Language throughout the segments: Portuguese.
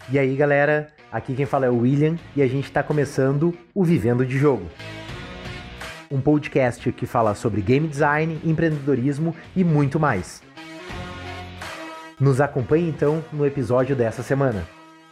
E aí, galera, aqui quem fala é o William e a gente está começando o Vivendo de Jogo. Um podcast que fala sobre game design, empreendedorismo e muito mais. Nos acompanhe então no episódio dessa semana.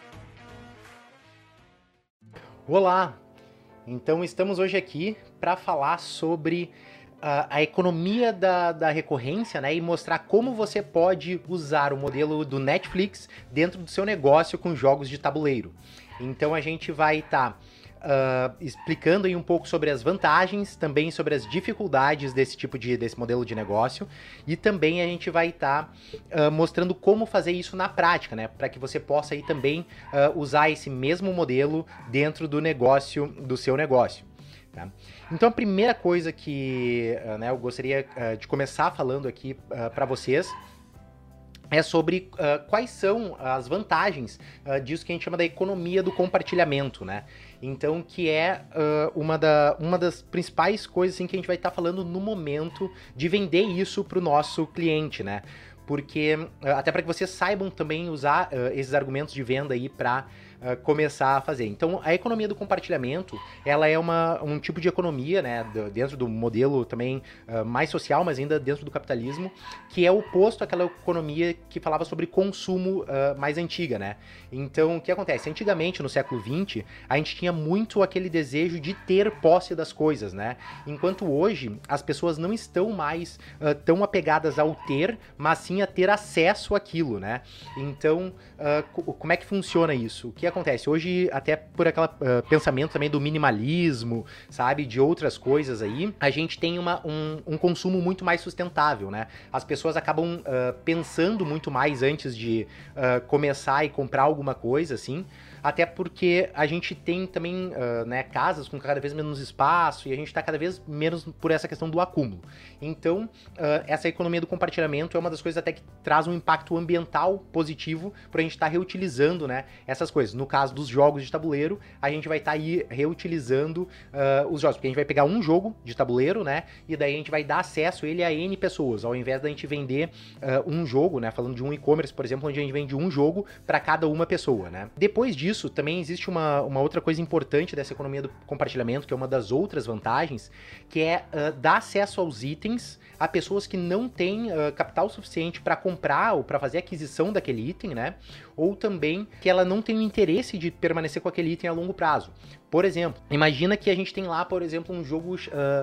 Olá! Então estamos hoje aqui para falar sobre a economia da recorrência, né, e mostrar como você pode usar o modelo do Netflix dentro do seu negócio com jogos de tabuleiro. Então a gente vai estar explicando aí um pouco sobre as vantagens, também sobre as dificuldades desse modelo de negócio, e também a gente vai estar mostrando como fazer isso na prática, né, para que você possa aí também usar esse mesmo modelo dentro do seu negócio. Tá? Então a primeira coisa que eu gostaria de começar falando aqui para vocês é sobre quais são as vantagens disso que a gente chama da economia do compartilhamento, né? Então, que é uma das principais coisas assim, que a gente vai estar falando no momento de vender isso para o nosso cliente, né? Porque, até para que vocês saibam também usar esses argumentos de venda aí para começar a fazer. Então, a economia do compartilhamento, ela é um tipo de economia, né, dentro do modelo também mais social, mas ainda dentro do capitalismo, que é oposto àquela economia que falava sobre consumo mais antiga, né? Então, o que acontece? Antigamente, no século XX, a gente tinha muito aquele desejo de ter posse das coisas, né? Enquanto hoje, as pessoas não estão mais tão apegadas ao ter, mas sim a ter acesso àquilo, né? Então, como é que funciona isso? O que acontece? Hoje, até por aquele pensamento também do minimalismo, sabe? De outras coisas aí, a gente tem um consumo muito mais sustentável, né? As pessoas acabam pensando muito mais antes de começar e comprar alguma coisa, assim, até porque a gente tem também casas com cada vez menos espaço e a gente está cada vez menos por essa questão do acúmulo. Então, essa economia do compartilhamento é uma das coisas até que traz um impacto ambiental positivo para a gente estar reutilizando, né, essas coisas. No caso dos jogos de tabuleiro, a gente vai estar aí reutilizando os jogos, porque a gente vai pegar um jogo de tabuleiro, né, e daí a gente vai dar acesso a ele a N pessoas, ao invés da gente vender um jogo, né, falando de um e-commerce, por exemplo, onde a gente vende um jogo para cada uma pessoa, né. Depois disso, também existe uma outra coisa importante dessa economia do compartilhamento, que é uma das outras vantagens, que é dar acesso aos itens a pessoas que não têm capital suficiente para comprar ou para fazer a aquisição daquele item, né? Ou também que ela não tem o interesse de permanecer com aquele item a longo prazo. Por exemplo, imagina que a gente tem lá, por exemplo, um jogo,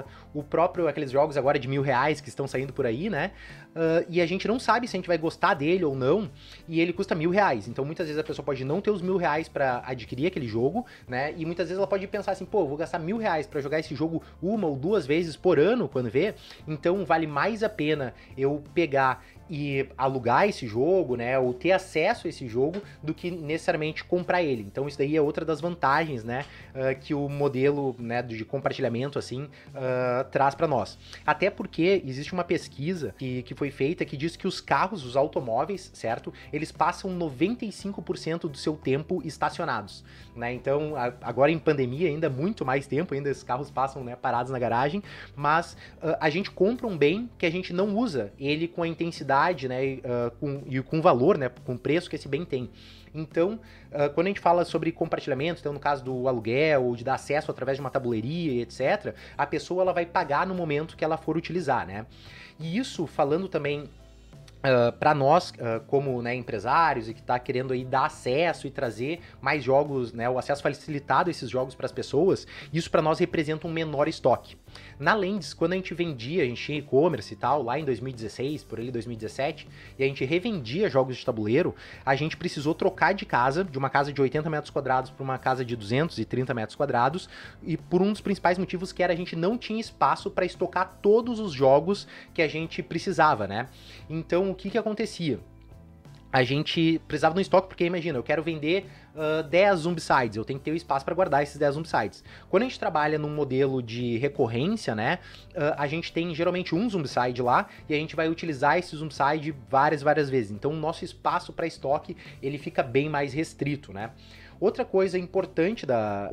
aqueles jogos agora de R$1.000 que estão saindo por aí, né? E a gente não sabe se a gente vai gostar dele ou não, e ele custa R$1.000. Então, muitas vezes a pessoa pode não ter os R$1.000 para adquirir aquele jogo, né? E muitas vezes ela pode pensar assim, pô, vou gastar R$1.000 para jogar esse jogo uma ou duas vezes por ano, quando vê, então vale mais a pena eu pegar e alugar esse jogo, né, ou ter acesso a esse jogo, do que necessariamente comprar ele. Então isso daí é outra das vantagens, né, que o modelo, né, de compartilhamento, assim, traz para nós. Até porque existe uma pesquisa que foi feita que diz que os carros, os automóveis, certo, eles passam 95% do seu tempo estacionados, né, então agora em pandemia ainda muito mais tempo, ainda esses carros passam, né, parados na garagem, mas a gente compra um bem que a gente não usa ele com a intensidade, né, com valor, né, com o preço que esse bem tem. Então, quando a gente fala sobre compartilhamento, então no caso do aluguel ou de dar acesso através de uma tabuleiria, etc., a pessoa ela vai pagar no momento que ela for utilizar, né? E isso falando também para nós, como, né, empresários e que está querendo aí dar acesso e trazer mais jogos, né, o acesso facilitado a esses jogos para as pessoas, isso para nós representa um menor estoque. Na Lendis, quando a gente tinha e-commerce e tal, lá em 2016, por ali 2017, e a gente revendia jogos de tabuleiro, a gente precisou trocar de uma casa de 80 metros quadrados para uma casa de 230 metros quadrados, e por um dos principais motivos que era a gente não tinha espaço para estocar todos os jogos que a gente precisava, né? Então, o que acontecia? A gente precisava de um estoque, porque imagina, eu quero vender 10 Zombicides, eu tenho que ter o espaço para guardar esses 10 Zombicides. Quando a gente trabalha num modelo de recorrência, né, a gente tem geralmente um Zombicide lá, e a gente vai utilizar esse Zombicide várias vezes. Então o nosso espaço para estoque, ele fica bem mais restrito, né. Outra coisa importante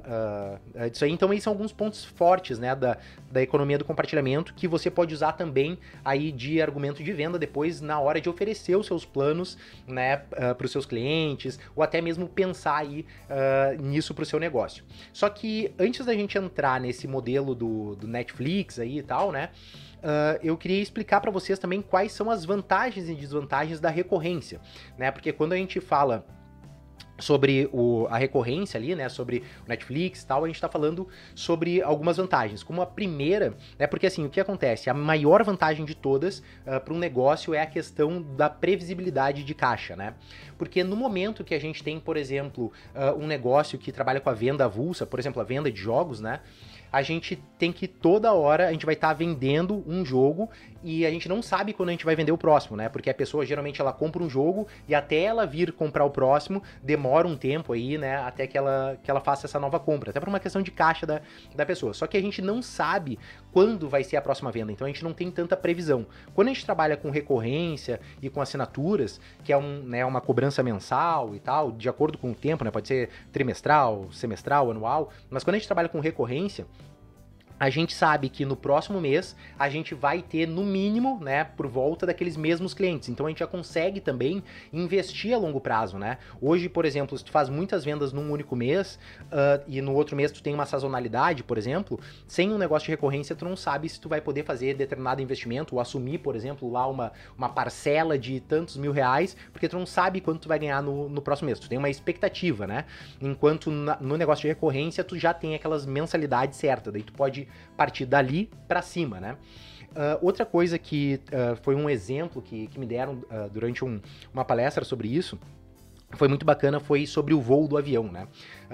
disso aí, então, aí são alguns pontos fortes, né, da economia do compartilhamento que você pode usar também aí de argumento de venda depois na hora de oferecer os seus planos, né, para os seus clientes, ou até mesmo pensar aí nisso para o seu negócio. Só que antes da gente entrar nesse modelo do Netflix aí e tal, né, eu queria explicar para vocês também quais são as vantagens e desvantagens da recorrência, né? Porque quando a gente fala sobre a recorrência ali, né, sobre o Netflix e tal, a gente tá falando sobre algumas vantagens. Como a primeira, né, porque assim, o que acontece? A maior vantagem de todas para um negócio é a questão da previsibilidade de caixa, né? Porque no momento que a gente tem, por exemplo, um negócio que trabalha com a venda avulsa, por exemplo, a venda de jogos, né? A gente tem que toda hora, a gente vai estar vendendo um jogo e a gente não sabe quando a gente vai vender o próximo, né? Porque a pessoa geralmente ela compra um jogo e até ela vir comprar o próximo, demora um tempo aí, né? Até que ela faça essa nova compra. Até por uma questão de caixa da pessoa. Só que a gente não sabe quando vai ser a próxima venda, então a gente não tem tanta previsão. Quando a gente trabalha com recorrência e com assinaturas, que é uma cobrança mensal e tal, de acordo com o tempo, né? Pode ser trimestral, semestral, anual, mas quando a gente trabalha com recorrência, a gente sabe que no próximo mês a gente vai ter, no mínimo, né, por volta daqueles mesmos clientes. Então a gente já consegue também investir a longo prazo, né? Hoje, por exemplo, se tu faz muitas vendas num único mês e no outro mês tu tem uma sazonalidade, por exemplo, sem um negócio de recorrência tu não sabe se tu vai poder fazer determinado investimento ou assumir, por exemplo, lá uma parcela de tantos mil-reais, porque tu não sabe quanto tu vai ganhar no próximo mês. Tu tem uma expectativa, né? Enquanto no negócio de recorrência tu já tem aquelas mensalidades certas, daí tu pode partir dali para cima, né? Outra coisa que foi um exemplo que me deram durante uma palestra sobre isso, foi muito bacana, foi sobre o voo do avião, né?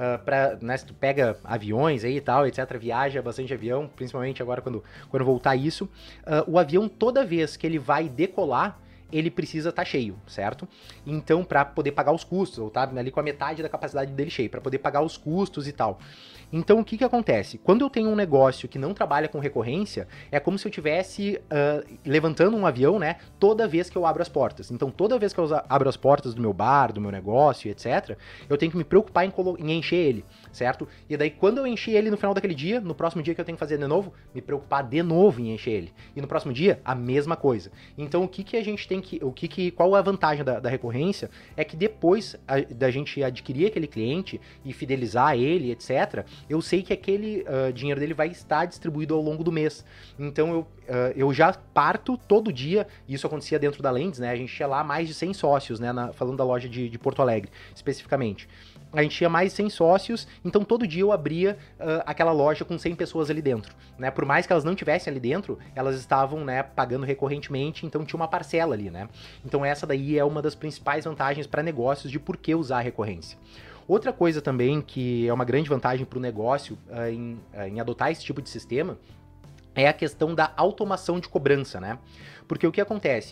Se tu pega aviões aí e tal, etc., viaja bastante avião, principalmente agora quando voltar isso, o avião, toda vez que ele vai decolar, ele precisa estar cheio, certo? Então, para poder pagar os custos, ou tá ali com a metade da capacidade dele cheio, para poder pagar os custos e tal. Então, o que acontece? Quando eu tenho um negócio que não trabalha com recorrência, é como se eu estivesse levantando um avião, né? Toda vez que eu abro as portas. Então, toda vez que eu abro as portas do meu bar, do meu negócio, etc., eu tenho que me preocupar em encher ele, certo? E daí, quando eu encher ele no final daquele dia, no próximo dia que eu tenho que fazer de novo, me preocupar de novo em encher ele. E no próximo dia, a mesma coisa. Então, o que a gente tem que... qual a vantagem da recorrência? É que depois da gente adquirir aquele cliente e fidelizar ele, etc., eu sei que aquele dinheiro dele vai estar distribuído ao longo do mês. Então eu já parto todo dia, isso acontecia dentro da Lendz, né? A gente tinha lá mais de 100 sócios, né? Falando da loja de Porto Alegre, especificamente. A gente tinha mais de 100 sócios, então todo dia eu abria aquela loja com 100 pessoas ali dentro, né? Por mais que elas não tivessem ali dentro, elas estavam, né, pagando recorrentemente, então tinha uma parcela ali, né? Então essa daí é uma das principais vantagens para negócios de por que usar a recorrência. Outra coisa também que é uma grande vantagem para o negócio em adotar esse tipo de sistema é a questão da automação de cobrança, né? Porque o que acontece?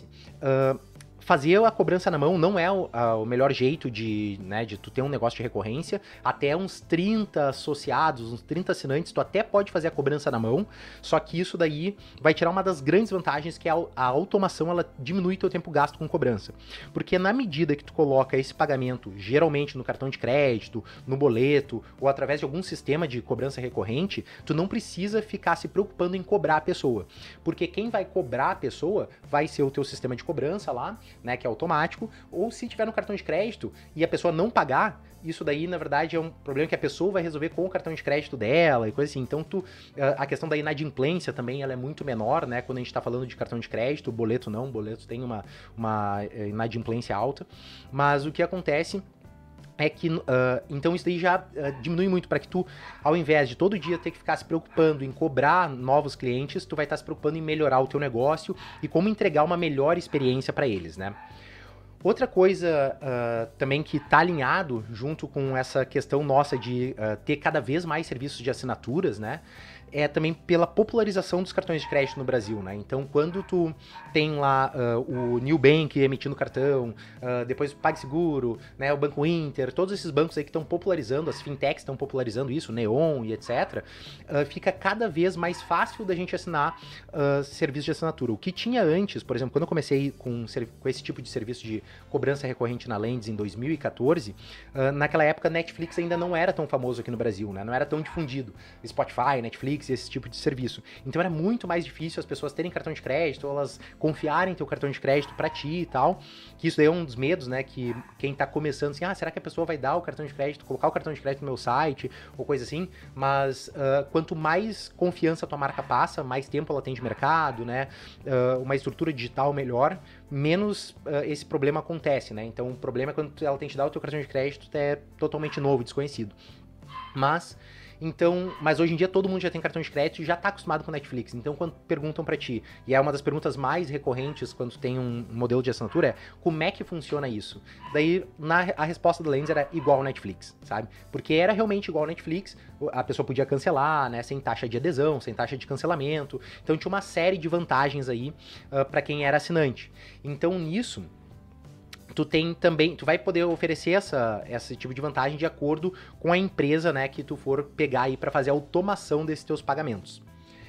Fazer a cobrança na mão não é o melhor jeito de tu ter um negócio de recorrência. Até uns 30 associados, uns 30 assinantes, tu até pode fazer a cobrança na mão, só que isso daí vai tirar uma das grandes vantagens, que é a automação, ela diminui teu tempo gasto com cobrança. Porque na medida que tu coloca esse pagamento, geralmente no cartão de crédito, no boleto, ou através de algum sistema de cobrança recorrente, tu não precisa ficar se preocupando em cobrar a pessoa. Porque quem vai cobrar a pessoa vai ser o teu sistema de cobrança lá, né, que é automático, ou se tiver no cartão de crédito e a pessoa não pagar, isso daí, na verdade, é um problema que a pessoa vai resolver com o cartão de crédito dela e coisa assim. Então, a questão da inadimplência também, ela é muito menor, né, quando a gente tá falando de cartão de crédito. O boleto não, o boleto tem uma inadimplência alta, mas o que acontece é que, então isso daí já diminui muito, para que tu, ao invés de todo dia ter que ficar se preocupando em cobrar novos clientes, tu vai estar se preocupando em melhorar o teu negócio e como entregar uma melhor experiência para eles, né? Outra coisa também que está alinhado junto com essa questão nossa de ter cada vez mais serviços de assinaturas, né? é também pela popularização dos cartões de crédito no Brasil, né? Então, quando tu tem lá o Nubank emitindo cartão, depois o PagSeguro, né, o Banco Inter, todos esses bancos aí que estão popularizando, as fintechs estão popularizando isso, Neon e etc., fica cada vez mais fácil da gente assinar serviço de assinatura. O que tinha antes, por exemplo, quando eu comecei com esse tipo de serviço de cobrança recorrente na Lendz em 2014, naquela época Netflix ainda não era tão famoso aqui no Brasil, né? Não era tão difundido. Spotify, Netflix, esse tipo de serviço. Então era muito mais difícil as pessoas terem cartão de crédito, elas confiarem teu cartão de crédito pra ti e tal, que isso daí é um dos medos, né, que quem tá começando assim, será que a pessoa vai dar o cartão de crédito, colocar o cartão de crédito no meu site, ou coisa assim, mas quanto mais confiança a tua marca passa, mais tempo ela tem de mercado, né, uma estrutura digital melhor, menos esse problema acontece, né, então o problema é quando ela tem que te dar o teu cartão de crédito é totalmente novo, desconhecido. Mas hoje em dia todo mundo já tem cartão de crédito e já tá acostumado com Netflix. Então, quando perguntam pra ti, e é uma das perguntas mais recorrentes quando tu tem um modelo de assinatura, é como é que funciona isso? Daí, a resposta da Lendz era igual ao Netflix, sabe? Porque era realmente igual ao Netflix, a pessoa podia cancelar, né, sem taxa de adesão, sem taxa de cancelamento. Então, tinha uma série de vantagens aí pra quem era assinante. Então, nisso, tu vai poder oferecer esse tipo de vantagem de acordo com a empresa, né, que tu for pegar aí para fazer a automação desses teus pagamentos.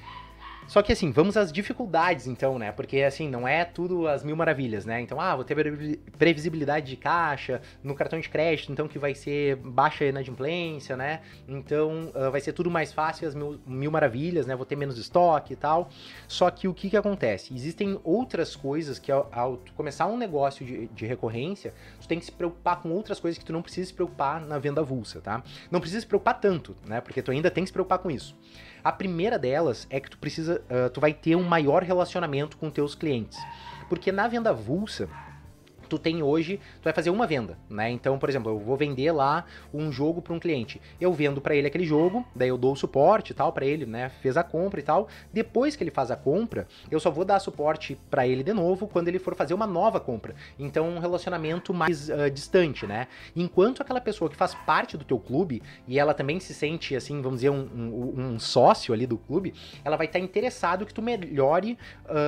Só que assim, vamos às dificuldades então, né? Porque assim, não é tudo as mil maravilhas, né? Então, vou ter previsibilidade de caixa no cartão de crédito, então que vai ser baixa inadimplência, né? Então, vai ser tudo mais fácil, as mil maravilhas, né? Vou ter menos estoque e tal. Só que o que acontece? Existem outras coisas que ao tu começar um negócio de recorrência, tu tem que se preocupar com outras coisas que tu não precisa se preocupar na venda avulsa, tá? Não precisa se preocupar tanto, né? Porque tu ainda tem que se preocupar com isso. A primeira delas é que tu vai ter um maior relacionamento com teus clientes. Porque na venda avulsa, tu vai fazer uma venda, né? Então, por exemplo, eu vou vender lá um jogo para um cliente. Eu vendo para ele aquele jogo, daí eu dou o suporte e tal para ele, né? Fez a compra e tal. Depois que ele faz a compra, eu só vou dar suporte para ele de novo quando ele for fazer uma nova compra. Então, um relacionamento mais distante, né? Enquanto aquela pessoa que faz parte do teu clube e ela também se sente, assim, vamos dizer, um sócio ali do clube, ela vai estar interessado que tu melhore,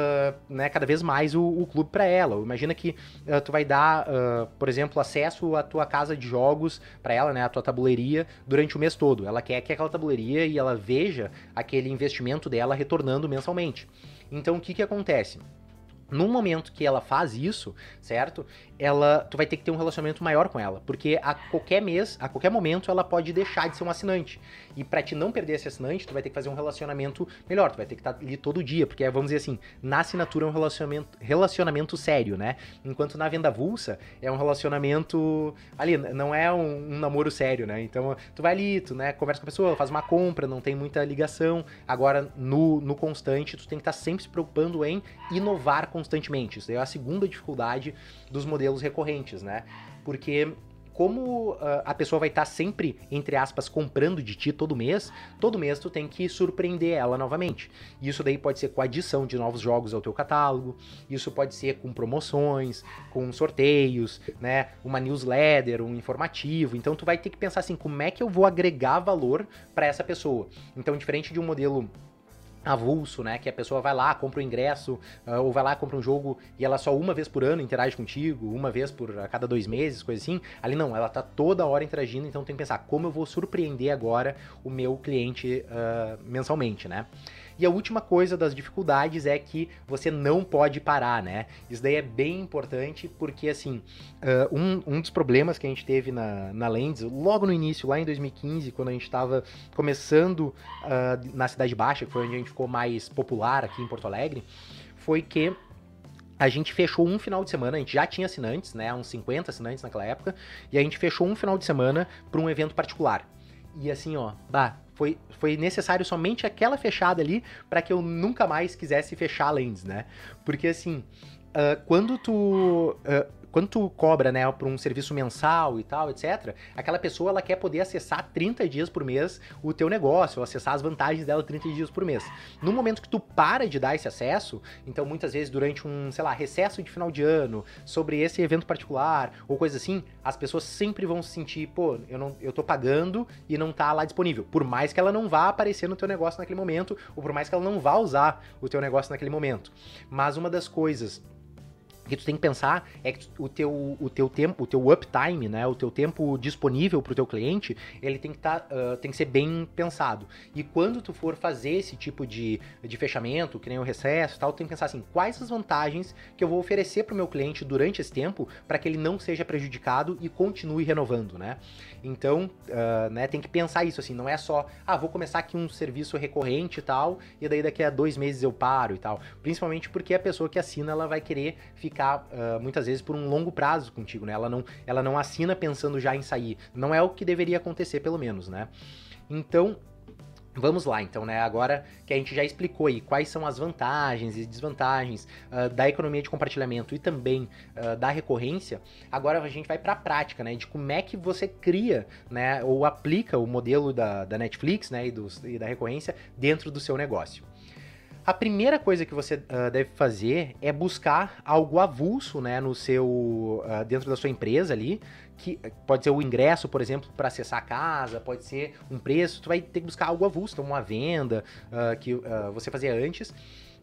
né, cada vez mais o clube para ela. Imagina que tu vai dar, por exemplo, acesso à tua casa de jogos para ela, né, a tua tabuleiria, durante o mês todo. Ela quer que aquela tabuleiria e ela veja aquele investimento dela retornando mensalmente. Então, o que acontece? No momento que ela faz isso, certo? Tu vai ter que ter um relacionamento maior com ela, porque a qualquer mês, a qualquer momento, ela pode deixar de ser um assinante. E pra te não perder esse assinante, tu vai ter que fazer um relacionamento melhor, tu vai ter que estar ali todo dia, porque vamos dizer assim, na assinatura é um relacionamento sério, né? Enquanto na venda avulsa é um relacionamento ali, não é um namoro sério, né? Então, tu vai ali, tu, né, conversa com a pessoa, faz uma compra, não tem muita ligação. Agora, no constante, tu tem que estar sempre se preocupando em inovar constantemente. Isso daí é a segunda dificuldade dos modelos recorrentes, né? Porque como a pessoa vai estar sempre, entre aspas, comprando de ti todo mês tu tem que surpreender ela novamente. Isso daí pode ser com a adição de novos jogos ao teu catálogo, isso pode ser com promoções, com sorteios, né? Uma newsletter, um informativo. Então tu vai ter que pensar assim, como é que eu vou agregar valor para essa pessoa? Então, diferente de um modelo avulso, né, que a pessoa vai lá, compra o ingresso, ou vai lá, compra um jogo e ela só uma vez por ano interage contigo, uma vez a cada 2 meses, coisa assim. Ali não, ela tá toda hora interagindo, então tem que pensar como eu vou surpreender agora o meu cliente mensalmente, né. E a última coisa das dificuldades é que você não pode parar, né? Isso daí é bem importante porque, assim, um dos problemas que a gente teve na Lendz, logo no início, lá em 2015, quando a gente estava começando na Cidade Baixa, que foi onde a gente ficou mais popular aqui em Porto Alegre, foi que a gente fechou um final de semana, a gente já tinha assinantes, né? Uns 50 assinantes naquela época, e a gente fechou um final de semana para um evento particular. E assim, foi necessário somente aquela fechada ali para que eu nunca mais quisesse fechar a Lendz, né? Porque assim, quando quando tu cobra, né, por um serviço mensal e tal, etc., aquela pessoa, ela quer poder acessar 30 dias por mês o teu negócio, ou acessar as vantagens dela 30 dias por mês. No momento que tu para de dar esse acesso, então muitas vezes durante um, sei lá, recesso de final de ano, sobre esse evento particular, ou coisa assim, as pessoas sempre vão se sentir, pô, eu tô pagando e não tá lá disponível. Por mais que ela não vá aparecer no teu negócio naquele momento, ou por mais que ela não vá usar o teu negócio naquele momento. Mas uma das coisas que tu tem que pensar é que o teu tempo, o teu uptime, né, o teu tempo disponível para o teu cliente, ele tem que ser bem pensado. E quando tu for fazer esse tipo de fechamento, que nem o recesso e tal, tu tem que pensar assim, quais as vantagens que eu vou oferecer para o meu cliente durante esse tempo para que ele não seja prejudicado e continue renovando, né? Então, né, tem que pensar isso, assim, não é só, vou começar aqui um serviço recorrente e tal, e daí daqui a 2 meses eu paro e tal. Principalmente porque a pessoa que assina, ela vai querer ficar muitas vezes por um longo prazo contigo, né? Ela não assina pensando já em sair. Não é o que deveria acontecer, pelo menos, né? Então, vamos lá, então, né? Agora que a gente já explicou aí quais são as vantagens e desvantagens da economia de compartilhamento e também da recorrência, agora a gente vai para a prática, né? De como é que você cria, né? Ou aplica o modelo da Netflix, né? E da recorrência dentro do seu negócio. A primeira coisa que você deve fazer é buscar algo avulso, né, no seu, dentro da sua empresa ali, que pode ser o ingresso, por exemplo, para acessar a casa, pode ser um preço, tu vai ter que buscar algo avulso, então uma venda que você fazia antes.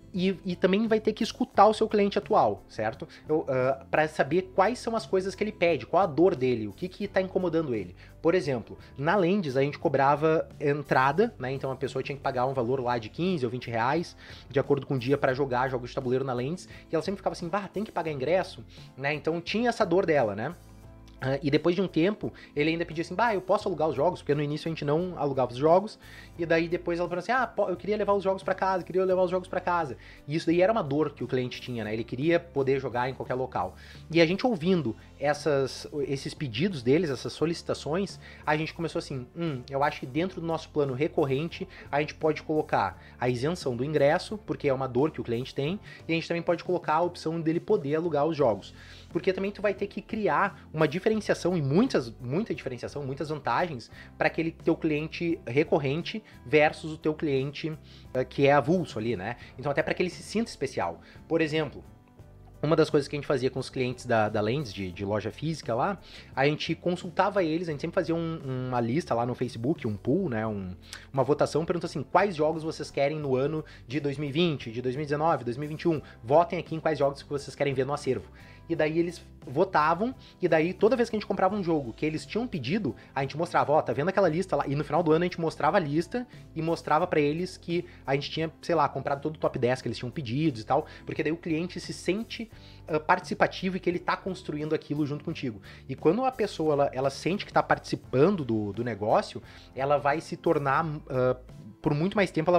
E também vai ter que escutar o seu cliente atual, certo? Para saber quais são as coisas que ele pede, qual a dor dele, o que está incomodando ele. Por exemplo, na Lendis a gente cobrava entrada, né? Então a pessoa tinha que pagar um valor lá de 15 ou 20 reais, de acordo com o dia, para jogar jogos de tabuleiro na Lendis, e ela sempre ficava assim, tem que pagar ingresso, né? Então tinha essa dor dela, né? E depois de um tempo, ele ainda pedia assim, eu posso alugar os jogos? Porque no início a gente não alugava os jogos, e daí depois ela falou assim, eu queria levar os jogos pra casa, E isso daí era uma dor que o cliente tinha, né? Ele queria poder jogar em qualquer local. E a gente ouvindo esses pedidos deles, essas solicitações, a gente começou assim, eu acho que dentro do nosso plano recorrente, a gente pode colocar a isenção do ingresso, porque é uma dor que o cliente tem, e a gente também pode colocar a opção dele poder alugar os jogos. Porque também tu vai ter que criar uma diferenciação e muita diferenciação, muitas vantagens para aquele teu cliente recorrente versus o teu cliente que é avulso ali, né? Então até para que ele se sinta especial. Por exemplo, uma das coisas que a gente fazia com os clientes da Lendis, de loja física lá, a gente consultava eles, a gente sempre fazia uma lista lá no Facebook, um pool, né, uma votação, perguntando assim, quais jogos vocês querem no ano de 2020, de 2019, 2021, votem aqui em quais jogos que vocês querem ver no acervo. E daí eles votavam, e daí toda vez que a gente comprava um jogo que eles tinham pedido, a gente mostrava, tá vendo aquela lista lá? E no final do ano a gente mostrava a lista e mostrava pra eles que a gente tinha, sei lá, comprado todo o top 10 que eles tinham pedidos e tal, porque daí o cliente se sente participativo e que ele tá construindo aquilo junto contigo. E quando a pessoa, ela sente que tá participando do negócio, ela vai se tornar... por muito mais tempo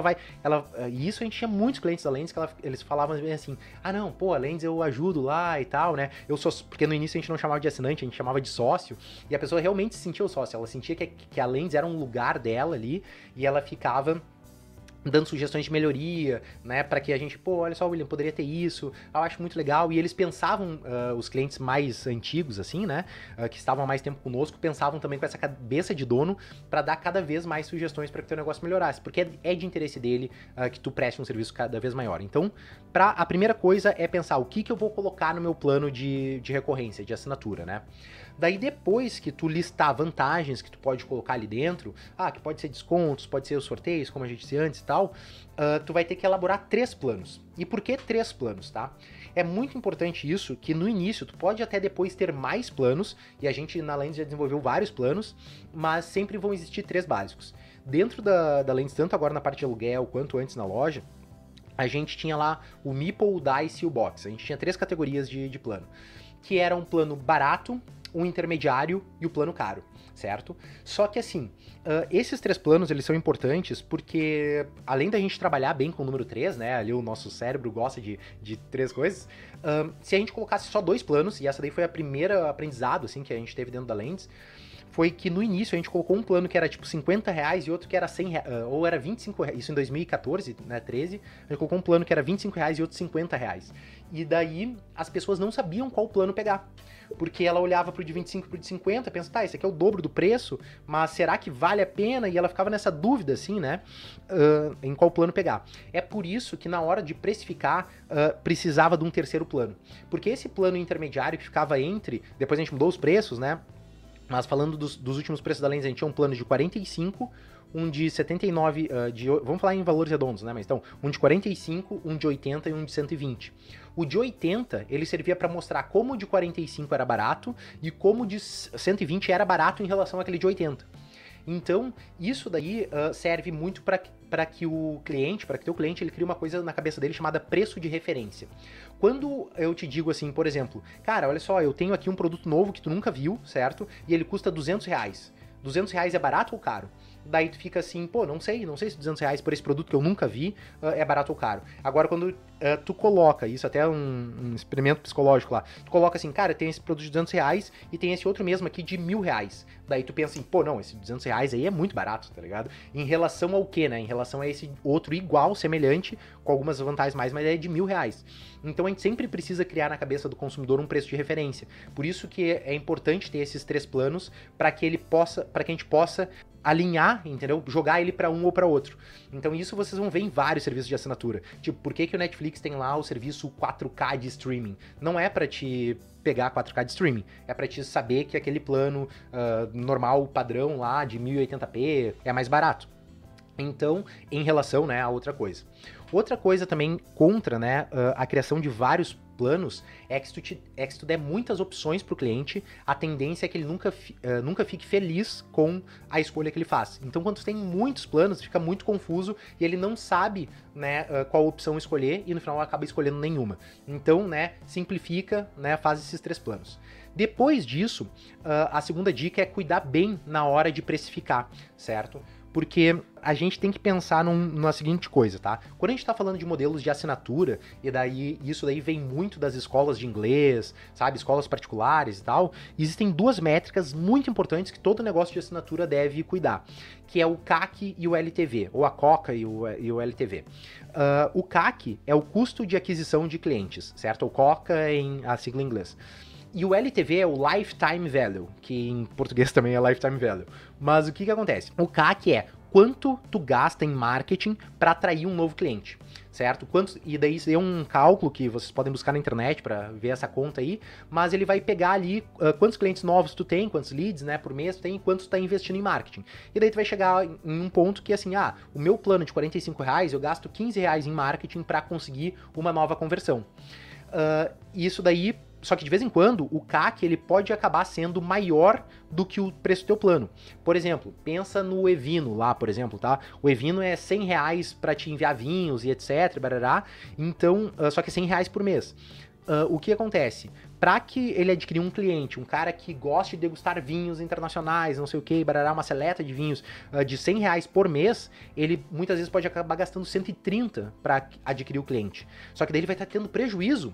e isso a gente tinha muitos clientes da Lendis que eles falavam assim, não, pô, a Lendis eu ajudo lá e tal, né, porque no início a gente não chamava de assinante, a gente chamava de sócio, e a pessoa realmente se sentia o sócio, ela sentia que a Lendis era um lugar dela ali, e ela ficava dando sugestões de melhoria, né, para que a gente, olha só, William, poderia ter isso, eu acho muito legal, e eles pensavam, os clientes mais antigos, assim, né, que estavam há mais tempo conosco, pensavam também com essa cabeça de dono para dar cada vez mais sugestões para que o teu negócio melhorasse, porque é de interesse dele que tu preste um serviço cada vez maior. Então, a primeira coisa é pensar o que eu vou colocar no meu plano de recorrência, de assinatura, né. Daí depois que tu listar vantagens que tu pode colocar ali dentro, que pode ser descontos, pode ser os sorteios, como a gente disse antes e tal, tu vai ter que elaborar 3 planos. E por que 3 planos, tá? É muito importante isso, que no início tu pode até depois ter mais planos, e a gente na Lendis já desenvolveu vários planos, mas sempre vão existir 3 básicos. Dentro da Lendis, tanto agora na parte de aluguel quanto antes na loja, a gente tinha lá o Meeple, o Dice e o Box. A gente tinha 3 categorias de plano, que era um plano barato, um intermediário e o plano caro, certo? Só que assim, esses 3 planos, eles são importantes porque, além da gente trabalhar bem com o número 3, né, ali o nosso cérebro gosta de 3 coisas, se a gente colocasse só 2 planos, e essa daí foi a primeira aprendizado, assim, que a gente teve dentro da Lendis, foi que no início a gente colocou um plano que era tipo R$50 e outro que era R$100, ou era R$25, isso em 2014, né, 13, a gente colocou um plano que era R$25 e outro R$50. E daí as pessoas não sabiam qual plano pegar. Porque ela olhava pro de 25 e pro de 50, pensa, tá, esse aqui é o dobro do preço, mas será que vale a pena? E ela ficava nessa dúvida, assim, né, em qual plano pegar. É por isso que na hora de precificar, precisava de um terceiro plano. Porque esse plano intermediário que ficava entre, depois a gente mudou os preços, né, mas falando dos últimos preços da Lens, a gente tinha um plano de 45, um de 79, vamos falar em valores redondos, né? Mas então, um de 45, um de 80 e um de 120. O de 80, ele servia para mostrar como o de 45 era barato e como o de 120 era barato em relação àquele de 80. Então, isso daí serve muito para que o cliente, para que teu cliente, ele crie uma coisa na cabeça dele chamada preço de referência. Quando eu te digo assim, por exemplo, cara, olha só, eu tenho aqui um produto novo que tu nunca viu, certo? E ele custa R$200. R$200 é barato ou caro? Daí tu fica assim, pô, não sei se R$200 por esse produto que eu nunca vi é barato ou caro. Agora, quando tu coloca, isso até é um experimento psicológico lá, tu coloca assim, cara, tem esse produto de R$200 e tem esse outro mesmo aqui de R$1.000. Daí tu pensa assim, pô, não, esse R$200 aí é muito barato, tá ligado? Em relação ao quê, né? Em relação a esse outro igual, semelhante, com algumas vantagens mais, mas é de R$1.000. Então a gente sempre precisa criar na cabeça do consumidor um preço de referência. Por isso que é importante ter esses 3 planos para que a gente possa alinhar, entendeu? Jogar ele para um ou para outro. Então isso vocês vão ver em vários serviços de assinatura. Tipo, por que o Netflix tem lá o serviço 4K de streaming? Não é para te pegar 4K de streaming, é para te saber que aquele plano normal, padrão lá de 1080p é mais barato. Então, em relação, né, a outra coisa. Outra coisa também contra, né, a criação de vários planos é que se tu der muitas opções para o cliente, a tendência é que ele nunca fique feliz com a escolha que ele faz. Então, quando tu tem muitos planos, fica muito confuso e ele não sabe, né, qual opção escolher e no final acaba escolhendo nenhuma. Então, né, simplifica, né, faz esses 3 planos. Depois disso, a segunda dica é cuidar bem na hora de precificar, certo? Porque a gente tem que pensar na seguinte coisa, tá? Quando a gente tá falando de modelos de assinatura, e daí isso daí vem muito das escolas de inglês, sabe? Escolas particulares e tal, existem 2 métricas muito importantes que todo negócio de assinatura deve cuidar, que é o CAC e o LTV, ou a COCA e o LTV. O CAC é o custo de aquisição de clientes, certo? O COCA é a sigla em inglês. E o LTV é o Lifetime Value, que em português também é Lifetime Value. Mas o que acontece? O CAC é quanto tu gasta em marketing para atrair um novo cliente, certo? E daí isso é um cálculo que vocês podem buscar na internet para ver essa conta aí, mas ele vai pegar ali quantos clientes novos tu tem, quantos leads, né, por mês tu tem e quanto tu tá investindo em marketing. E daí tu vai chegar em um ponto que assim, o meu plano de R$45, eu gasto R$15 em marketing para conseguir uma nova conversão. Isso daí, só que de vez em quando o CAC ele pode acabar sendo maior do que o preço do teu plano. Por exemplo, pensa no Evino lá, por exemplo, tá? O Evino é R$100 para te enviar vinhos e etc, barará, então, só que R$100 por mês. O que acontece? Para que ele adquirir um cliente, um cara que goste de degustar vinhos internacionais, não sei o que, barará, uma seleta de vinhos de R$100 por mês, ele muitas vezes pode acabar gastando 130 para adquirir o cliente. Só que daí ele vai estar tendo prejuízo.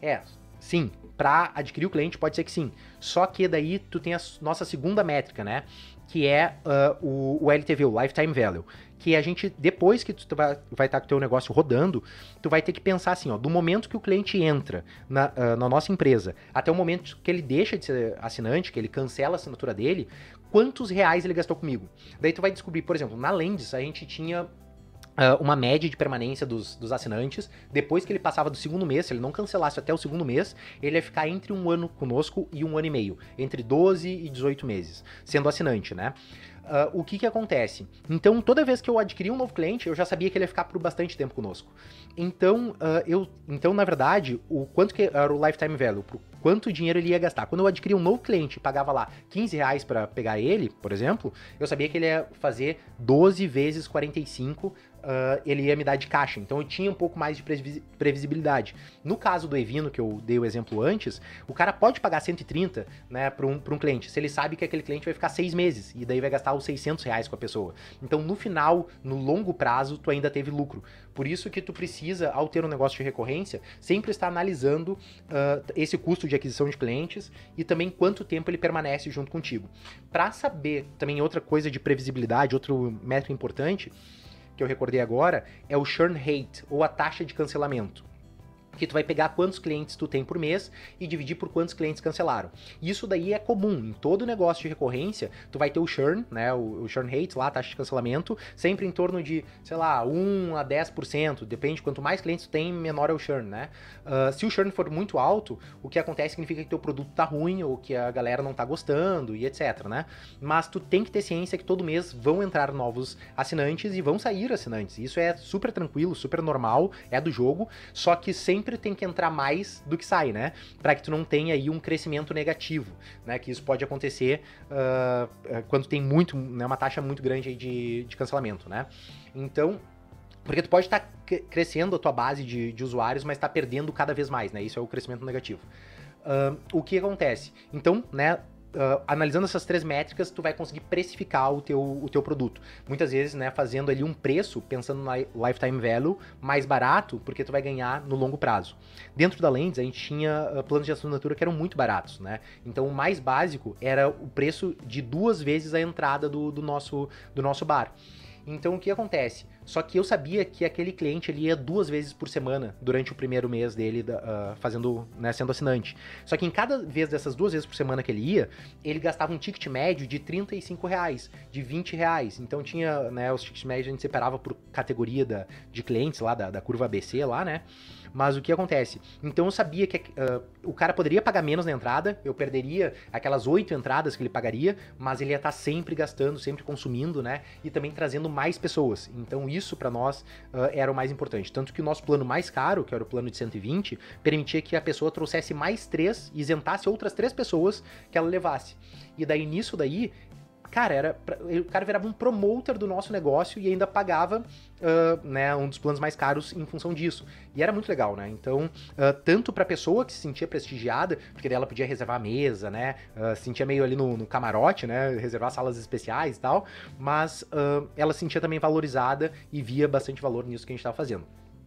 Sim, para adquirir o cliente pode ser que sim. Só que daí tu tem a nossa segunda métrica, né? Que é o LTV, o Lifetime Value. Que a gente, depois que tu vai estar com o teu negócio rodando, tu vai ter que pensar assim, do momento que o cliente entra na nossa empresa até o momento que ele deixa de ser assinante, que ele cancela a assinatura dele, quantos reais ele gastou comigo. Daí tu vai descobrir, por exemplo, na Lens a gente tinha uma média de permanência dos assinantes. Depois que ele passava do segundo mês, se ele não cancelasse até o segundo mês, ele ia ficar entre 1 ano conosco e 1 ano e meio, entre 12 e 18 meses, sendo assinante, né? O que acontece? Então, toda vez que eu adquiri um novo cliente, eu já sabia que ele ia ficar por bastante tempo conosco. Então, na verdade, o quanto que era o Lifetime Value, quanto dinheiro ele ia gastar. Quando eu adquiri um novo cliente e pagava lá R$15 para pegar ele, por exemplo, eu sabia que ele ia fazer 12 vezes 45, ele ia me dar de caixa. Então eu tinha um pouco mais de previsibilidade. No caso do Evino, que eu dei o exemplo antes, o cara pode pagar 130, né, para um cliente, se ele sabe que aquele cliente vai ficar 6 meses, e daí vai gastar os R$600 com a pessoa. Então no final, no longo prazo, tu ainda teve lucro. Por isso que tu precisa, ao ter um negócio de recorrência, sempre estar analisando esse custo de aquisição de clientes e também quanto tempo ele permanece junto contigo. Para saber também outra coisa de previsibilidade, outro método importante que eu recordei agora, é o churn rate, ou a taxa de cancelamento. Que tu vai pegar quantos clientes tu tem por mês e dividir por quantos clientes cancelaram. Isso daí é comum, em todo negócio de recorrência, tu vai ter o churn, né, o churn rate lá, a taxa de cancelamento, sempre em torno de, sei lá, 1 a 10%, depende, quanto mais clientes tu tem, menor é o churn, né. Se o churn for muito alto, o que acontece significa que teu produto tá ruim, ou que a galera não tá gostando, e etc, né. Mas tu tem que ter ciência que todo mês vão entrar novos assinantes e vão sair assinantes. Isso é super tranquilo, super normal, é do jogo, só que sempre tem que entrar mais do que sai, né? Para que tu não tenha aí um crescimento negativo, né? Que isso pode acontecer quando tem muito, né, uma taxa muito grande aí de cancelamento, né? Então, porque tu pode estar crescendo a tua base de usuários, mas tá perdendo cada vez mais, né? Isso é o crescimento negativo. O que acontece? Então, né, analisando essas 3 métricas, tu vai conseguir precificar o teu produto. Muitas vezes, né, fazendo ali um preço, pensando na lifetime value, mais barato, porque tu vai ganhar no longo prazo. Dentro da Lendis, a gente tinha planos de assinatura que eram muito baratos, né? Então, o mais básico era o preço de 2 vezes a entrada do nosso bar. Então, o que acontece? Só que eu sabia que aquele cliente ele ia 2 vezes por semana durante o primeiro mês dele né, sendo assinante. Só que em cada vez dessas 2 vezes por semana que ele ia, ele gastava um ticket médio de R$35, de R$20. Então tinha, né, os tickets médios a gente separava por categoria de clientes lá, da curva ABC lá, né? Mas o que acontece? Então eu sabia que o cara poderia pagar menos na entrada, eu perderia aquelas 8 entradas que ele pagaria, mas ele ia estar sempre gastando, sempre consumindo, né? E também trazendo mais pessoas. Então isso para nós era o mais importante. Tanto que o nosso plano mais caro, que era o plano de 120, permitia que a pessoa trouxesse mais 3 e isentasse outras 3 pessoas que ela levasse. E daí nisso daí, cara, o cara virava um promoter do nosso negócio e ainda pagava né, um dos planos mais caros em função disso. E era muito legal, né? Então, tanto pra pessoa que se sentia prestigiada, porque daí ela podia reservar a mesa, né? Se sentia meio ali no camarote, né? Reservar salas especiais e tal, mas ela se sentia também valorizada e via bastante valor nisso que a gente tava fazendo.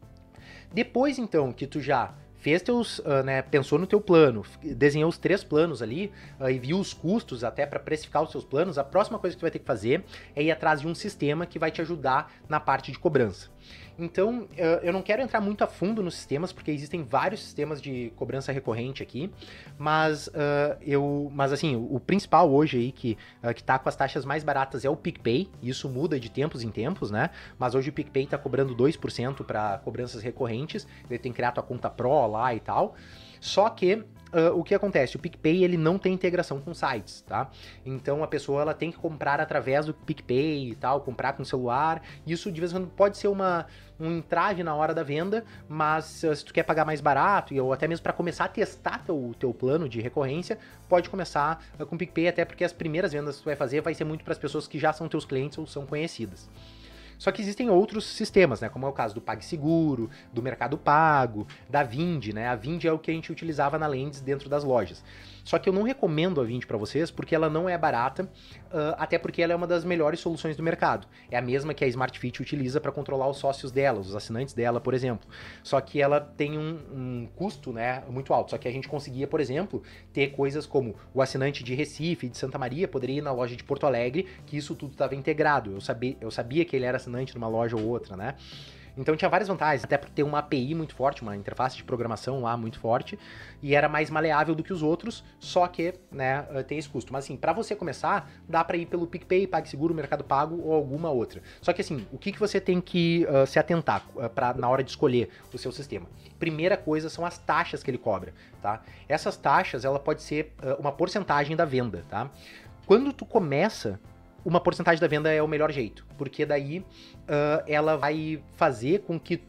Depois, então, que tu já fez né, pensou no teu plano, desenhou os 3 planos ali e viu os custos até para precificar os seus planos, a próxima coisa que tu vai ter que fazer é ir atrás de um sistema que vai te ajudar na parte de cobrança. Então, eu não quero entrar muito a fundo nos sistemas, porque existem vários sistemas de cobrança recorrente aqui, mas assim, o principal hoje aí que tá com as taxas mais baratas é o PicPay, isso muda de tempos em tempos, né? Mas hoje o PicPay tá cobrando 2% para cobranças recorrentes, ele tem que criar tua conta Pro lá e tal, só que o que acontece? O PicPay ele não tem integração com sites, tá? Então a pessoa ela tem que comprar através do PicPay e tal, comprar com o celular. Isso de vez em quando pode ser um entrave na hora da venda, mas se tu quer pagar mais barato ou até mesmo para começar a testar teu plano de recorrência, pode começar com o PicPay, até porque as primeiras vendas que tu vai fazer vai ser muito para as pessoas que já são teus clientes ou são conhecidas. Só que existem outros sistemas, né? Como é o caso do PagSeguro, do Mercado Pago, da Vind, né? A Vind é o que a gente utilizava na Lendis dentro das lojas. Só que eu não recomendo a Vind para vocês porque ela não é barata, até porque ela é uma das melhores soluções do mercado. É a mesma que a SmartFit utiliza para controlar os sócios dela, os assinantes dela, por exemplo. Só que ela tem um custo, né, muito alto. Só que a gente conseguia, por exemplo, ter coisas como o assinante de Recife, de Santa Maria, poderia ir na loja de Porto Alegre, que isso tudo estava integrado. Eu sabia que ele era assinante numa loja ou outra, né? Então tinha várias vantagens, até por ter uma API muito forte, uma interface de programação lá muito forte, e era mais maleável do que os outros, só que, né, tem esse custo. Mas assim, para você começar, dá para ir pelo PicPay, PagSeguro, Mercado Pago ou alguma outra. Só que assim, o que você tem que se atentar na hora de escolher o seu sistema? Primeira coisa são as taxas que ele cobra, tá? Essas taxas, ela pode ser uma porcentagem da venda, tá? Quando tu começa, uma porcentagem da venda é o melhor jeito, porque daí ela vai fazer com que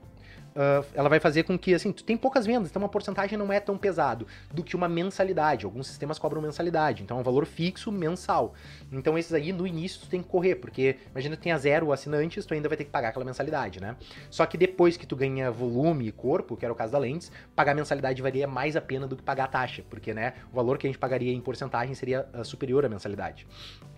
assim, tu tem poucas vendas, então uma porcentagem não é tão pesado do que uma mensalidade. Alguns sistemas cobram mensalidade, então é um valor fixo mensal. Então esses aí, no início, tu tem que correr, porque imagina que tenha 0 assinantes, tu ainda vai ter que pagar aquela mensalidade, né? Só que depois que tu ganha volume e corpo, que era o caso da Lendis, pagar mensalidade valia mais a pena do que pagar a taxa, porque, né, o valor que a gente pagaria em porcentagem seria superior à mensalidade.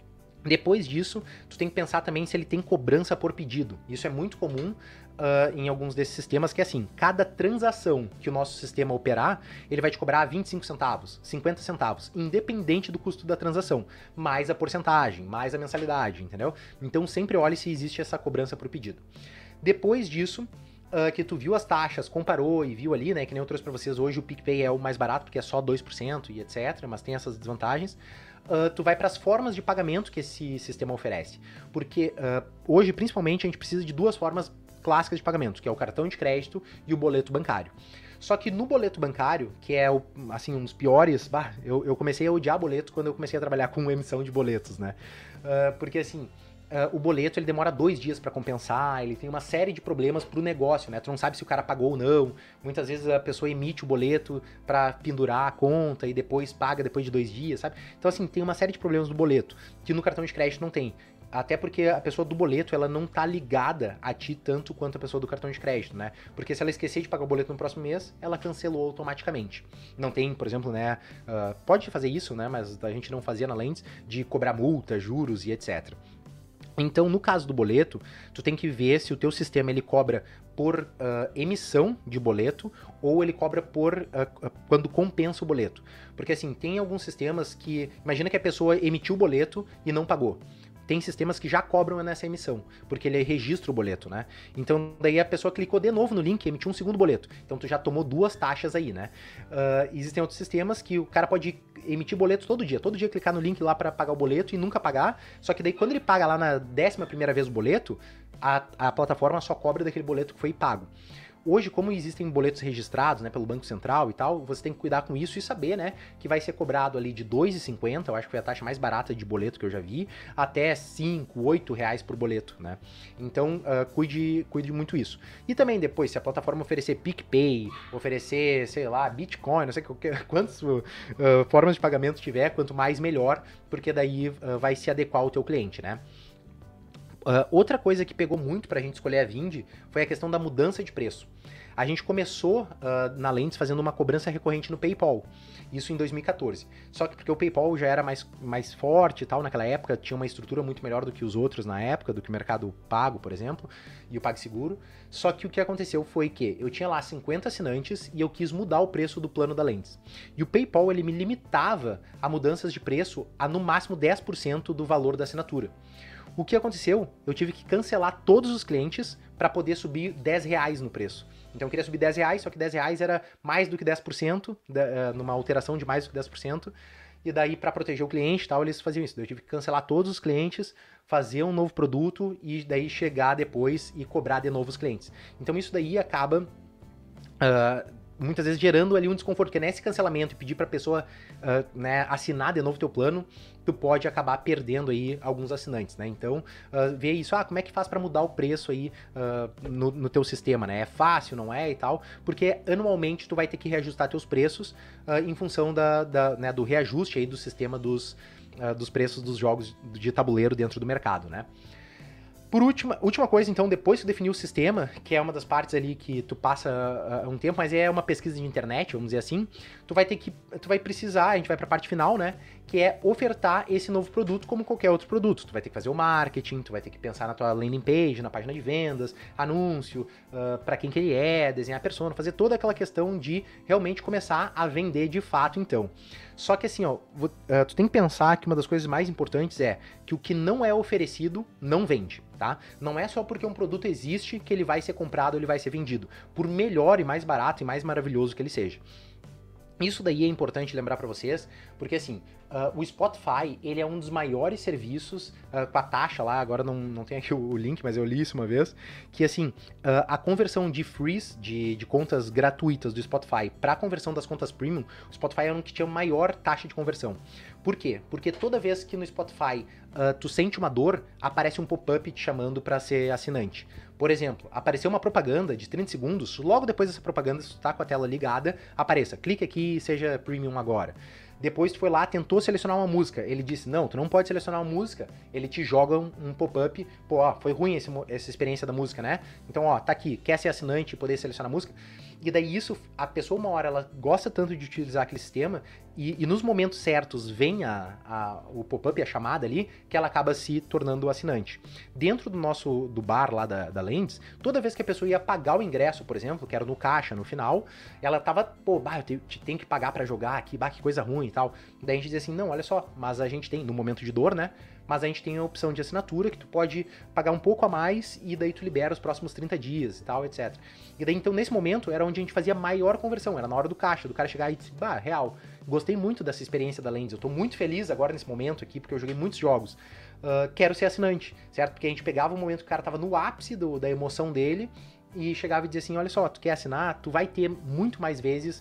Depois disso, tu tem que pensar também se ele tem cobrança por pedido. Isso é muito comum em alguns desses sistemas, que é assim, cada transação que o nosso sistema operar, ele vai te cobrar 25 centavos, 50 centavos, independente do custo da transação, mais a porcentagem, mais a mensalidade, entendeu? Então sempre olhe se existe essa cobrança por pedido. Depois disso, que tu viu as taxas, comparou e viu ali, né, que nem eu trouxe pra vocês, hoje o PicPay é o mais barato, porque é só 2% e etc, mas tem essas desvantagens. Tu vai para as formas de pagamento que esse sistema oferece. Porque hoje, principalmente, a gente precisa de duas formas clássicas de pagamento, que é o cartão de crédito e o boleto bancário. Só que no boleto bancário, que é assim, um dos piores, eu comecei a odiar boleto quando eu comecei a trabalhar com emissão de boletos, né? Porque assim, o boleto ele demora 2 dias para compensar, ele tem uma série de problemas pro negócio, né? Tu não sabe se o cara pagou ou não. Muitas vezes a pessoa emite o boleto para pendurar a conta e depois paga depois de 2 dias, sabe? Então assim, tem uma série de problemas do boleto que no cartão de crédito não tem. Até porque a pessoa do boleto, ela não tá ligada a ti tanto quanto a pessoa do cartão de crédito, né? Porque se ela esquecer de pagar o boleto no próximo mês, ela cancelou automaticamente. Não tem, por exemplo, né? Pode fazer isso, né? Mas a gente não fazia na Lens, de cobrar multa, juros e etc. Então, no caso do boleto, tu tem que ver se o teu sistema ele cobra por emissão de boleto ou ele cobra por quando compensa o boleto. Porque assim, tem alguns sistemas que... Imagina que a pessoa emitiu o boleto e não pagou. Tem sistemas que já cobram nessa emissão, porque ele registra o boleto, né? Então, daí a pessoa clicou de novo no link e emitiu um segundo boleto. Então, tu já tomou 2 taxas aí, né? Existem outros sistemas que o cara pode emitir boleto todo dia clicar no link lá para pagar o boleto e nunca pagar, só que daí quando ele paga lá na 11ª vez o boleto, a plataforma só cobra daquele boleto que foi pago. Hoje, como existem boletos registrados, né, pelo Banco Central e tal, você tem que cuidar com isso e saber, né, que vai ser cobrado ali de R$ 2,50, eu acho que foi a taxa mais barata de boleto que eu já vi, até R$ 5, R$ 8 reais por boleto, né. Então, cuide muito isso. E também depois, se a plataforma oferecer PicPay, oferecer, sei lá, Bitcoin, não sei quantas formas de pagamento tiver, quanto mais melhor, porque daí vai se adequar ao teu cliente, né. Outra coisa que pegou muito pra gente escolher a Vindi foi a questão da mudança de preço. A gente começou na Lens fazendo uma cobrança recorrente no PayPal, isso em 2014. Só que porque o PayPal já era mais forte e tal naquela época, tinha uma estrutura muito melhor do que os outros na época, do que o Mercado Pago, por exemplo, e o PagSeguro. Só que o que aconteceu foi que eu tinha lá 50 assinantes e eu quis mudar o preço do plano da Lens. E o PayPal ele me limitava a mudanças de preço a no máximo 10% do valor da assinatura. O que aconteceu? Eu tive que cancelar todos os clientes para poder subir R$10 no preço. Então eu queria subir R$10, só que R$10 era mais do que 10%, numa alteração de mais do que 10%, e daí para proteger o cliente e tal, eles faziam isso. Eu tive que cancelar todos os clientes, fazer um novo produto e daí chegar depois e cobrar de novo os clientes. Então isso daí acaba... muitas vezes gerando ali um desconforto, porque nesse cancelamento e pedir pra pessoa né, assinar de novo teu plano, tu pode acabar perdendo aí alguns assinantes, né? Então, vê isso, como é que faz pra mudar o preço aí no teu sistema, né? É fácil, não é e tal? Porque anualmente tu vai ter que reajustar teus preços em função né, do reajuste aí do sistema dos preços dos jogos de tabuleiro dentro do mercado, né? Por última coisa, então, depois que definir o sistema, que é uma das partes ali que tu passa um tempo, mas é uma pesquisa de internet, vamos dizer assim, tu vai precisar, a gente vai pra parte final, né, que é ofertar esse novo produto como qualquer outro produto. Tu vai ter que fazer o marketing, tu vai ter que pensar na tua landing page, na página de vendas, anúncio, pra quem que ele é, desenhar a persona, fazer toda aquela questão de realmente começar a vender de fato, então. Só que assim, ó, tu tem que pensar que uma das coisas mais importantes é que o que não é oferecido não vende, tá? Não é só porque um produto existe que ele vai ser comprado ou ele vai ser vendido, por melhor e mais barato e mais maravilhoso que ele seja. Isso daí é importante lembrar pra vocês, porque assim, o Spotify, ele é um dos maiores serviços, com a taxa lá, agora não tem aqui o link, mas eu li isso uma vez, que assim, a conversão de frees, de contas gratuitas do Spotify para a conversão das contas premium, o Spotify é um que tinha maior taxa de conversão. Por quê? Porque toda vez que no Spotify tu sente uma dor, aparece um pop-up te chamando para ser assinante. Por exemplo, apareceu uma propaganda de 30 segundos, logo depois dessa propaganda, se tu tá com a tela ligada, apareça, clique aqui e seja premium agora. Depois tu foi lá, tentou selecionar uma música, ele disse, não, tu não pode selecionar uma música, ele te joga um pop-up, pô, ó, foi ruim essa experiência da música, né? Então, ó, tá aqui, quer ser assinante e poder selecionar a música? E daí isso, a pessoa uma hora, ela gosta tanto de utilizar aquele sistema e nos momentos certos vem o pop-up, a chamada ali, que ela acaba se tornando assinante. Dentro do bar lá da Lens, toda vez que a pessoa ia pagar o ingresso, por exemplo, que era no caixa, no final, ela tava, pô, eu tenho que pagar pra jogar aqui, que coisa ruim e tal. Daí a gente dizia assim, não, olha só, mas a gente tem, no momento de dor, né, mas a gente tem a opção de assinatura que tu pode pagar um pouco a mais e daí tu libera os próximos 30 dias e tal, etc. E daí, então, nesse momento, era onde a gente fazia maior conversão, era na hora do caixa, do cara chegar e dizer, real, gostei muito dessa experiência da Lens, eu tô muito feliz agora nesse momento aqui, porque eu joguei muitos jogos, quero ser assinante, certo? Porque a gente pegava o momento que o cara tava no ápice da emoção dele e chegava e dizia assim, olha só, tu quer assinar? Tu vai ter muito mais vezes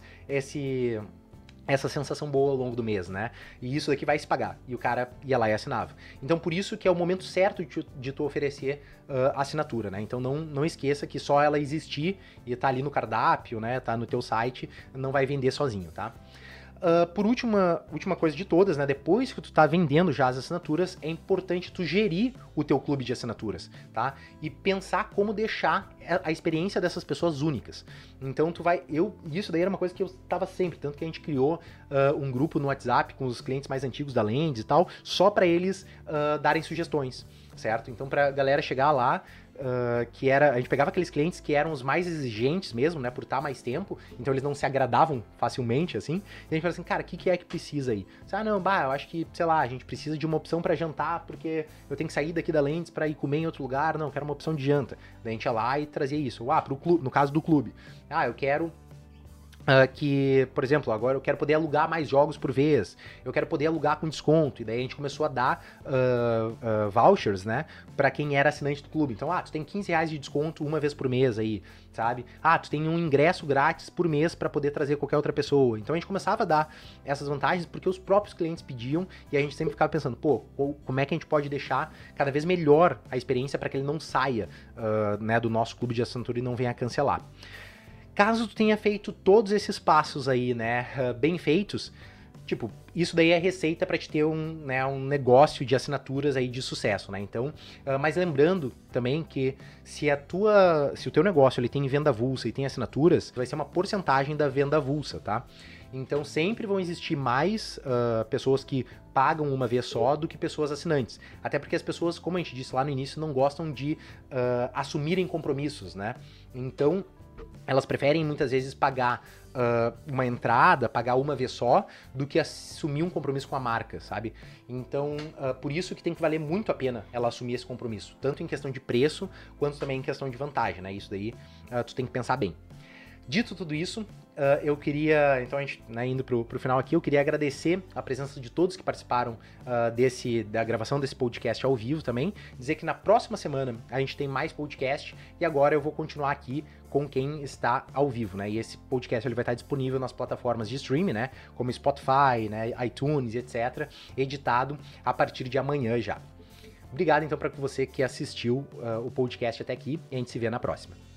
essa sensação boa ao longo do mês, né? E isso daqui vai se pagar. E o cara ia lá e assinava. Então, por isso que é o momento certo de tu oferecer assinatura, né? Então, não esqueça que só ela existir e tá ali no cardápio, né? Tá no teu site, não vai vender sozinho, tá? Por última coisa de todas, né? Depois que tu tá vendendo já as assinaturas, é importante tu gerir o teu clube de assinaturas, tá? E pensar como deixar a experiência dessas pessoas únicas. Então isso daí era uma coisa que eu tava sempre, tanto que a gente criou um grupo no WhatsApp com os clientes mais antigos da Lens e tal, só para eles darem sugestões, certo? Então pra galera chegar lá, a gente pegava aqueles clientes que eram os mais exigentes mesmo, né, por estar mais tempo, então eles não se agradavam facilmente, assim, e a gente falava assim, cara, o que é que precisa aí? Não, eu acho que, sei lá, a gente precisa de uma opção para jantar, porque eu tenho que sair daqui da Lens para ir comer em outro lugar, não, eu quero uma opção de janta. Daí a gente ia lá e trazia isso, pro clube, no caso do clube, eu quero que, por exemplo, agora eu quero poder alugar mais jogos por vez, eu quero poder alugar com desconto, e daí a gente começou a dar vouchers, né, pra quem era assinante do clube. Então, tu tem 15 reais de desconto uma vez por mês aí, sabe? Tu tem um ingresso grátis por mês pra poder trazer qualquer outra pessoa. Então a gente começava a dar essas vantagens porque os próprios clientes pediam e a gente sempre ficava pensando, como é que a gente pode deixar cada vez melhor a experiência para que ele não saia, né, do nosso clube de assinatura e não venha a cancelar. Caso tu tenha feito todos esses passos aí, né, bem feitos, tipo, isso daí é receita para te ter um negócio de assinaturas aí de sucesso, né? Então, mas lembrando também que se o teu negócio ele tem venda avulsa e tem assinaturas, vai ser uma porcentagem da venda avulsa, tá? Então sempre vão existir mais pessoas que pagam uma vez só do que pessoas assinantes. Até porque as pessoas, como a gente disse lá no início, não gostam de assumirem compromissos, né? Então elas preferem muitas vezes pagar uma entrada, pagar uma vez só, do que assumir um compromisso com a marca, sabe? Então, por isso que tem que valer muito a pena ela assumir esse compromisso, tanto em questão de preço, quanto também em questão de vantagem, né? Isso daí tu tem que pensar bem. Dito tudo isso, eu queria, então a gente, né, indo pro final aqui, eu queria agradecer a presença de todos que participaram da gravação desse podcast ao vivo também, dizer que na próxima semana a gente tem mais podcast e agora eu vou continuar aqui com quem está ao vivo, né, e esse podcast ele vai estar disponível nas plataformas de streaming, né, como Spotify, né, iTunes, etc, editado a partir de amanhã já. Obrigado então para você que assistiu o podcast até aqui e a gente se vê na próxima.